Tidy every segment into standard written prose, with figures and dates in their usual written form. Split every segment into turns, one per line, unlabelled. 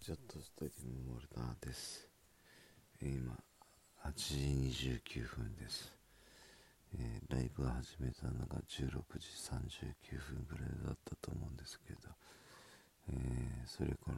ちょっとストリームモルダーです。今8時29分です。ライブを始めたのが16時39分ぐらいだったと思うんですけど、それから、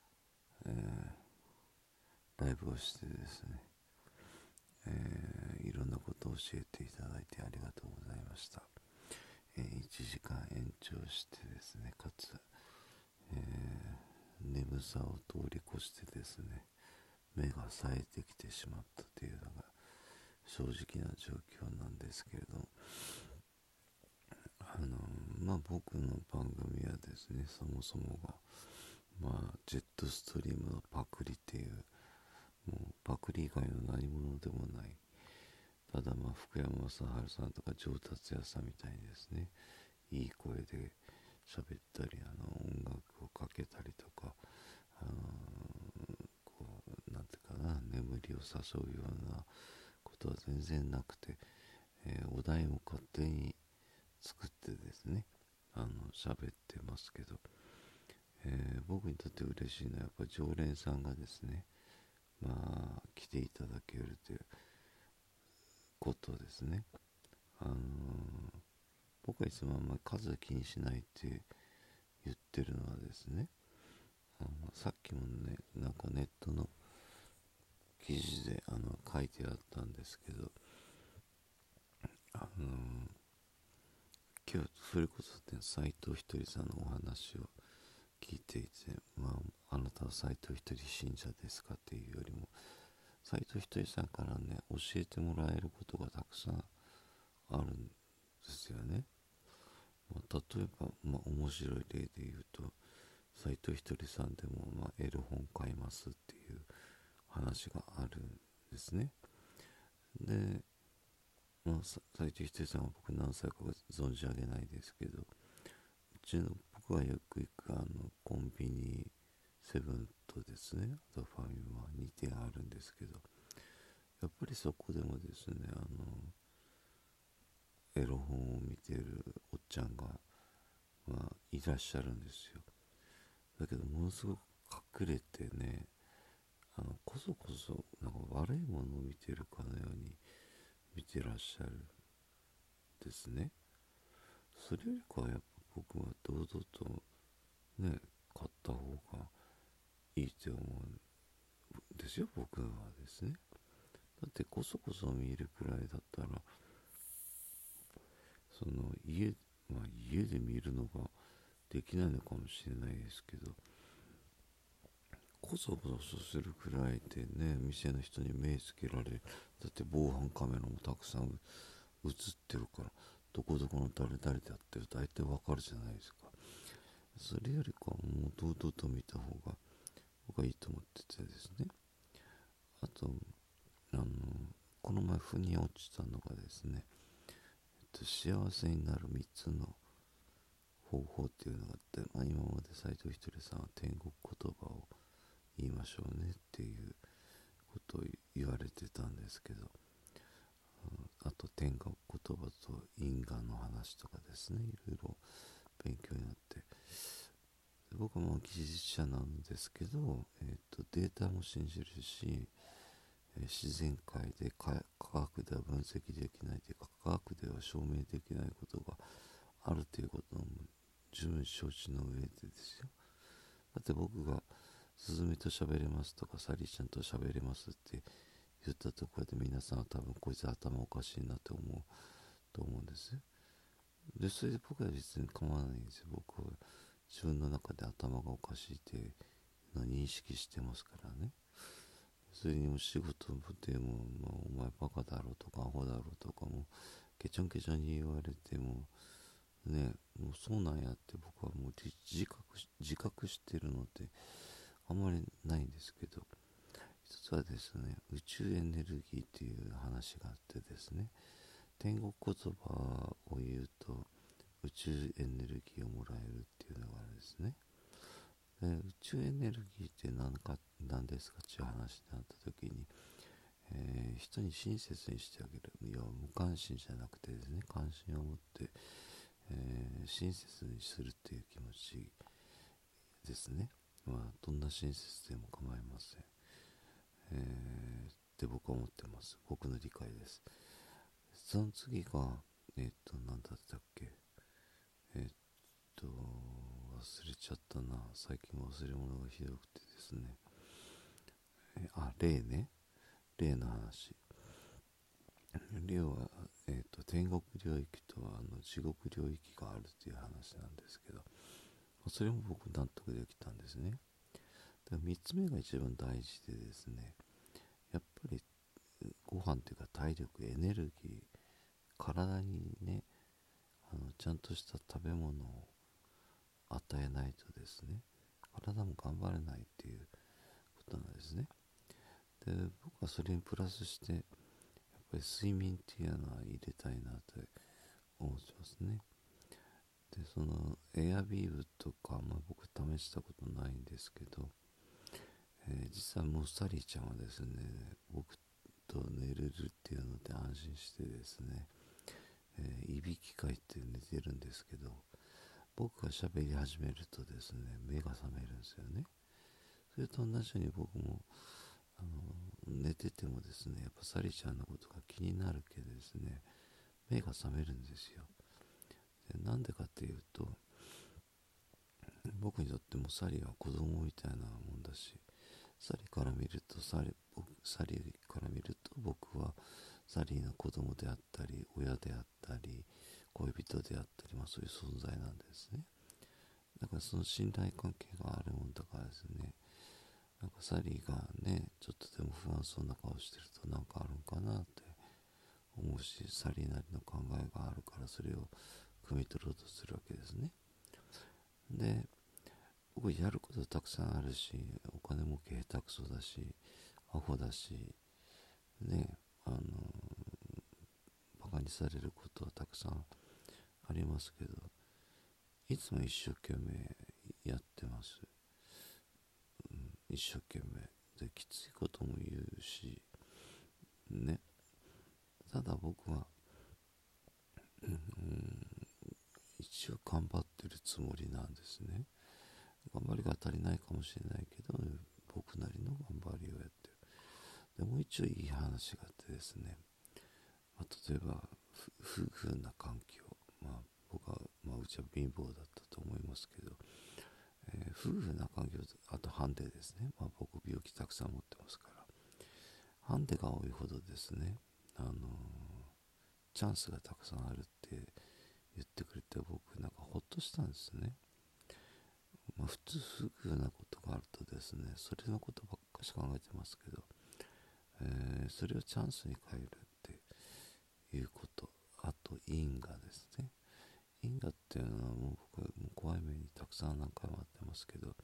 ライブをしてですね、いろんなことを教えていただいてありがとうございました。1時間延長してですね、かつ、眠さを通り越してですね、目が冴えてきてしまったというのが正直な状況なんですけれども、僕の番組はですね、そもそもがジェットストリームのパクリっていう、もうパクリ以外の何者でもない、ただ福山雅治さんとか上達也さんみたいにですね、いい声で喋ったり、音楽をかけたりとか、なんていうかな、眠りを誘うようなことは全然なくて、お題も勝手に作ってですね、喋ってますけど、僕にとって嬉しいのはやっぱり常連さんがですね、来ていただけるということですね。僕はいつもあんまり数気にしないって言ってるのはですね、さっきもね、なんかネットの記事で書いてあったんですけど、今日それこそね、斎藤ひとりさんのお話を聞いていて、あなたは斎藤ひとり信者ですかっていうよりも、斎藤ひとりさんからね、教えてもらえることがたくさんあるんですよね。例えば、面白い例で言うと、斎藤ひとりさんでも、エロ本買いますっていう話があるんですね。で、斎藤ひとりさんは僕何歳か存じ上げないですけど、僕がよく行くコンビニセブンとですね、あとファミマ2店あるんですけど、やっぱりそこでもですね、エロ本を見てるおっちゃんが、いらっしゃるんですよ。だけどものすごく隠れてね、こそこそなんか悪いものを見てるかのように見てらっしゃるんですね。それよりかはやっぱ僕は堂々とね、買った方がいいと思うんですよ、僕はですね。だってこそこそ見るくらいだったら、その家で見るのができないのかもしれないですけど、こそこそするくらいでね、店の人に目つけられる。だって防犯カメラもたくさん映ってるから、どこどこの誰々でやってる大体わかるじゃないですか。それよりかはもう堂々と見た方が僕はいいと思っててですね。あと、この前腑に落ちたのがですね、幸せになる3つの方法っていうのがあって、今まで斎藤ひとりさんは天国言葉を言いましょうねっていうことを言われてたんですけど、あと天国言葉と因果の話とかですね、いろいろ勉強になって、僕も技術者なんですけど、データも信じるし、自然界で科学では分析できないというか、科学では証明できないことがあるということも十分承知の上でですよ。だって僕がスズメと喋れますとかサリーちゃんと喋れますって言ったところで、皆さんは多分こいつ頭おかしいなって思うと思うんですよ。でそれで僕は別に構わないんですよ。僕は自分の中で頭がおかしいっていうのを認識してますからね。それにも仕事でも、お前バカだろうとかアホだろうとかもケチョンケチョンに言われてもね、もうそうなんやって僕はもう自覚してるのであんまりないんですけど、一つはですね、宇宙エネルギーっていう話があってですね、天国言葉を言うと宇宙エネルギーをもらえるっていうのがあるんですね。で宇宙エネルギーって何ですかっていう話になった時に、人に親切にしてあげる、いや無関心じゃなくてですね、関心を持って、親切にするっていう気持ちですね。 どんな親切でも構いません、って僕は思ってます。僕の理解です。その次が何だったっけ。えーっ忘れちゃったな。最近忘れ物がひどくてですね。霊ね。霊の話。霊は、天国領域と地獄領域があるっていう話なんですけど、それも僕納得できたんですね。で3つ目が一番大事でですね、やっぱりご飯というか体力、エネルギー、体にね、ちゃんとした食べ物を与えないとですね、体も頑張れないっていうことなんですね。で、僕はそれにプラスしてやっぱり睡眠っていうのは入れたいなと思ってますね。で、そのエアビーヴとか、僕試したことないんですけど、実はもうサリーちゃんはですね、僕と寝れるっていうので安心してですね、いびきかいて寝てるんですけど、僕が喋り始めるとですね、目が覚めるんですよね。それと同じように僕も寝ててもですね、やっぱサリちゃんのことが気になるけどですね、目が覚めるんですよ。で、なんでかっていうと、僕にとってもサリは子供みたいなもんだし、サリから見ると僕はサリーの子供であったり、親であったり、恋人であったり、そういう存在なんですね。だからその信頼関係があるもんだからですね、なんかサリーがね、ちょっとでも不安そうな顔してるとなんかあるんかなって思うし、サリーなりの考えがあるからそれを汲み取ろうとするわけですね。で、僕やることたくさんあるし、お金儲け下手くそだし、アホだし、ね、バカにされることはたくさんありますけど、いつも一生懸命やってます。一生懸命。で、きついことも言うし、ね。ただ僕は、一応頑張ってるつもりなんですね。頑張りが足りないかもしれないけど、僕なりの頑張りをやってる。で、もう一応いい話があってですね、例えば、不遇な環境、僕は、うちは貧乏だったと思いますけど、不遇な環境、あとハンデですね。僕病気たくさん持ってますから、ハンデが多いほどですね、チャンスがたくさんあるって言ってくれて、僕なんかほっとしたんですね。普通不遇なことがあるとですね、それのことばっかし考えてますけど、それをチャンスに変えるっていうこと、あと因果ですね。因果っていうのは僕もう怖い目にたくさん何回もあってますけど、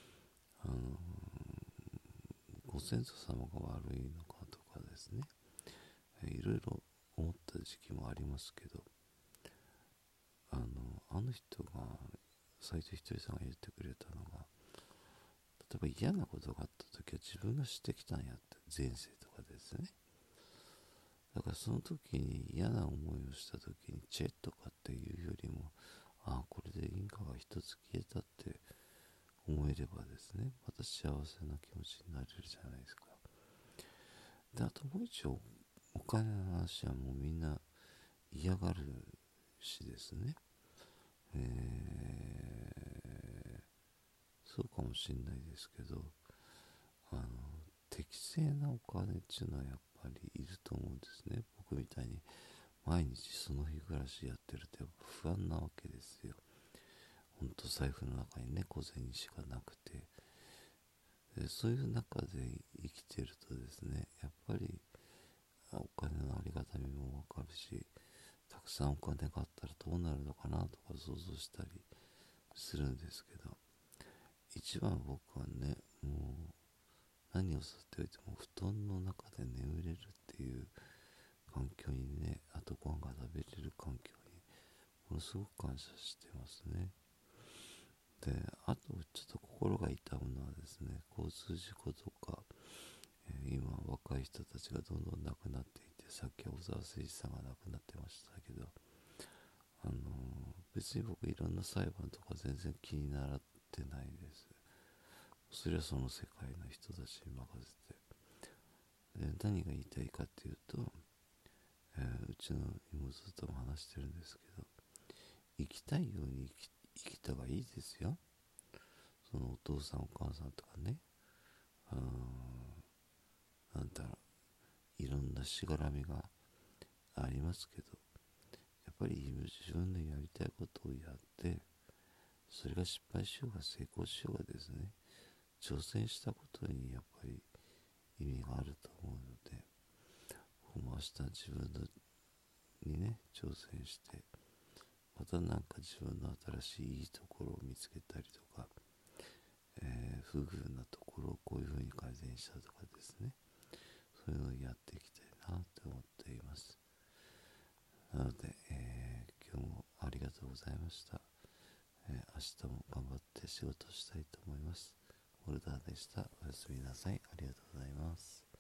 ご先祖様が悪いのかとかですね、いろいろ思った時期もありますけど、あの人が斉藤ひとりさんが言ってくれたのが、例えば嫌なことがあった時は自分がしてきたんやって、前世とかですね。だからその時に嫌な思いをした時にチェッとかっていうよりも、これで因果が一つ消えたって思えればですね、また幸せな気持ちになれるじゃないですか。で、あともう一応、お金の話はもうみんな嫌がるしですね、そうかもしれないですけど、あの適正なお金っていうのはやっぱりいると思うんですね。僕みたいに毎日その日暮らしやってるとやっぱ不安なわけですよ。ほんと財布の中にね、小銭しかなくて、でそういう中で生きてるとですね、やっぱりお金のありがたみもわかるし、たくさんお金があったらどうなるのかなとか想像したりするんですけど、一番僕はね、もう何をさせておいても布団の中で眠れるっていう環境にね、あとご飯が食べれる環境にものすごく感謝してますね。で、あとちょっと心が痛むのはですね、交通事故とか、今若い人たちがどんどん亡くなっていて、さっき小沢誠一さんが亡くなってましたけど、別に僕いろんな裁判とか全然気になってないです。 それはその世界の人たちに任せて、で何が言いたいかっていうと、うちの妹とも話してるんですけど、生きたいように生きた方がいいですよ。そのお父さんお母さんとかね、なんだろう、いろんなしがらみがありますけど、やっぱり自分のやりたいことをやって、それが失敗しようが成功しようがですね、挑戦したことにやっぱり意味があると思うので、僕も明日自分にね挑戦して、またなんか自分の新しいいいところを見つけたりとか、不遇なところをこういうふうに改善したとかですね、そういうのをやっていきたいなと思っています。なので、今日もありがとうございました。明日も頑張って仕事したいと思います。ホルダーでした。おやすみなさい。ありがとうございます。